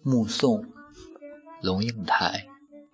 目送龙应台。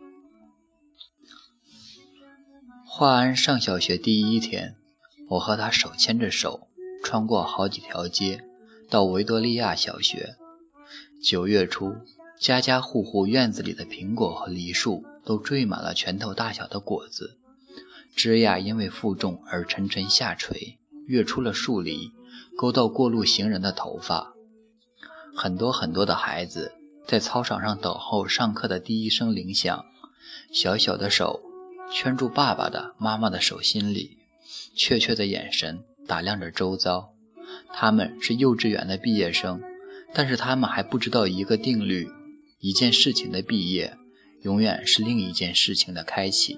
华安上小学第一天，我和他手牵着手，穿过好几条街，到维多利亚小学。9月初，家家户户院子里的苹果和梨树都缀满了拳头大小的果子，枝桠因为负重而沉沉下垂，跃出了树篱，勾到过路行人的头发。很多的孩子在操场上等候上课的第一声铃响，小小的手圈住爸爸的、妈妈的手心里，怯怯的眼神打量着周遭。他们是幼稚园的毕业生，但是他们还不知道一个定律：一件事情的毕业，永远是另一件事情的开启。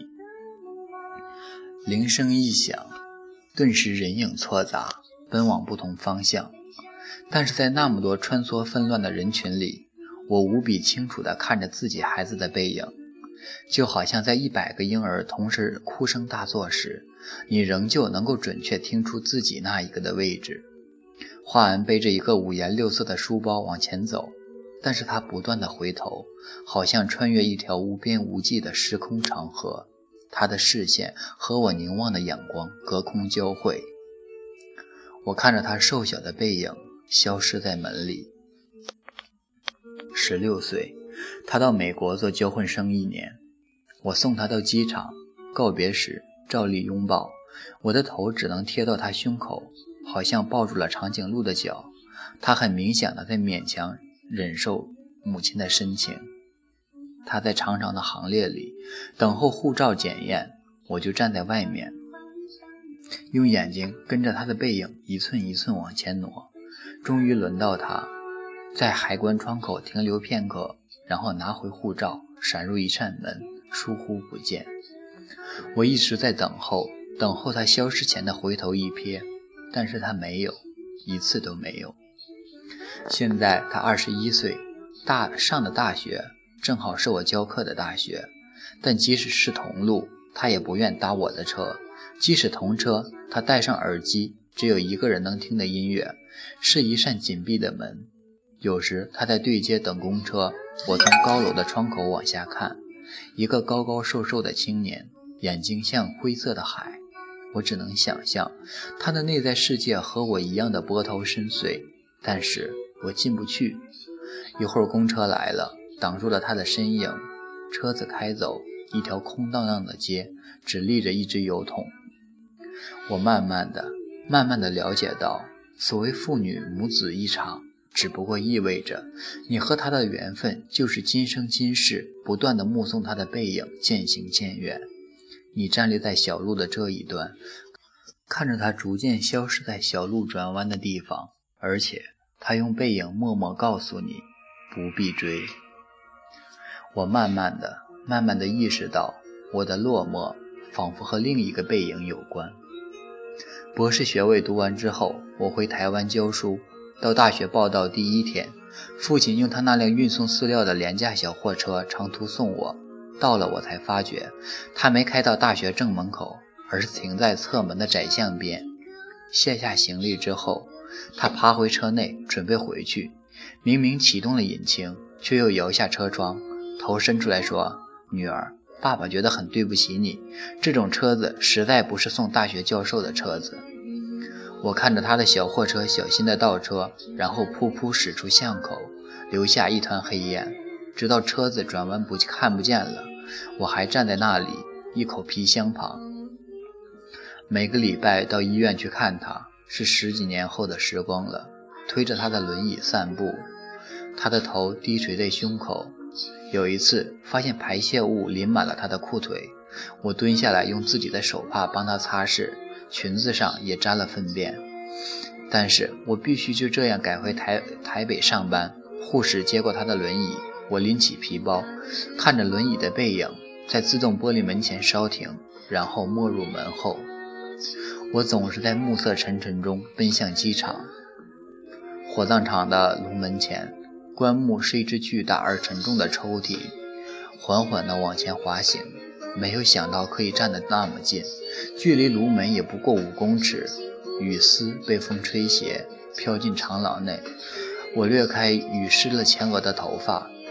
铃声一响，顿时人影错杂，奔往不同方向。但是在那么多穿梭纷乱的人群里，我无比清楚地看着自己孩子的背影，就好像在100个婴儿同时哭声大作时，你仍旧能够准确听出自己那一个的位置。华安背着一个5颜6色的书包往前走，但是他不断地回头，好像穿越一条无边无际的时空长河，他的视线和我凝望的眼光隔空交汇。我看着他瘦小的背影消失在门里。16岁，他到美国做交换生1年。我送他到机场，告别时照例拥抱，我的头只能贴到他胸口，好像抱住了长颈鹿的脚。他很明显的在勉强忍受母亲的深情。他在长长的行列里等候护照检验，我就站在外面，用眼睛跟着他的背影一寸一寸往前挪。终于轮到他在海关窗口停留片刻，然后拿回护照，闪入一扇门，疏忽不见。我一直在等候他消失前的回头一瞥，但是他没有，一次都没有。现在他21岁，上的大学正好是我教课的大学，但即使是同路，他也不愿搭我的车。即使同车，他戴上耳机，只有一个人能听的音乐，是一扇紧闭的门。有时他在对街等公车，我从高楼的窗口往下看，一个高高瘦瘦的青年，眼睛像灰色的海。我只能想象他的内在世界和我一样的波涛深邃，但是我进不去。一会儿公车来了，挡住了他的身影，车子开走，一条空荡荡的街，只立着一只邮筒。我慢慢的了解到，所谓父女母子一场，只不过意味着你和他的缘分就是今生今世不断的目送他的背影渐行渐远。你站立在小路的这一端，看着他逐渐消失在小路转弯的地方，而且他用背影默默告诉你不必追。我慢慢的意识到，我的落寞仿佛和另一个背影有关。博士学位读完之后，我回台湾教书。到大学报到第一天，父亲用他那辆运送饲料的廉价小货车长途送我。到了我才发觉，他没开到大学正门口，而是停在侧门的窄巷边。卸下行李之后，他爬回车内准备回去，明明启动了引擎，却又摇下车窗，头伸出来说：“女儿，爸爸觉得很对不起你，这种车子实在不是送大学教授的车子。”我看着他的小货车小心地倒车，然后噗噗驶出巷口，留下一团黑烟，直到车子转弯看不见了，我还站在那里，一口皮箱旁。每个礼拜到医院去看他，是10几年后的时光了，推着他的轮椅散步，他的头低垂在胸口。有一次发现排泄物淋满了他的裤腿，我蹲下来用自己的手帕帮他擦拭，裙子上也沾了粪便。但是我必须就这样改回台北上班。护士接过他的轮椅，我拎起皮包，看着轮椅的背影在自动玻璃门前稍停，然后没入门后。我总是在暮色沉沉中奔向机场。火葬场的炉门前，棺木是一只巨大而沉重的抽屉，缓缓地往前滑行。没有想到可以站得那么近，距离炉门也不过5公尺。雨丝被风吹斜，飘进长廊内。我掠开雨湿了前额的头发，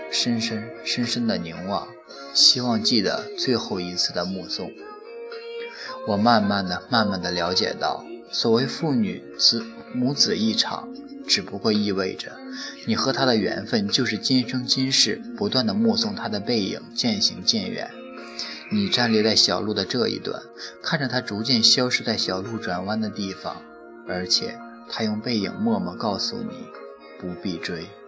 深深的凝望，希望记得最后一次的目送。我慢慢的了解到，所谓父母子一场，只不过意味着你和他的缘分就是今生今世不断的目送他的背影渐行渐远。你站立在小路的这一端，看着他逐渐消失在小路转弯的地方，而且他用背影默默告诉你不必追。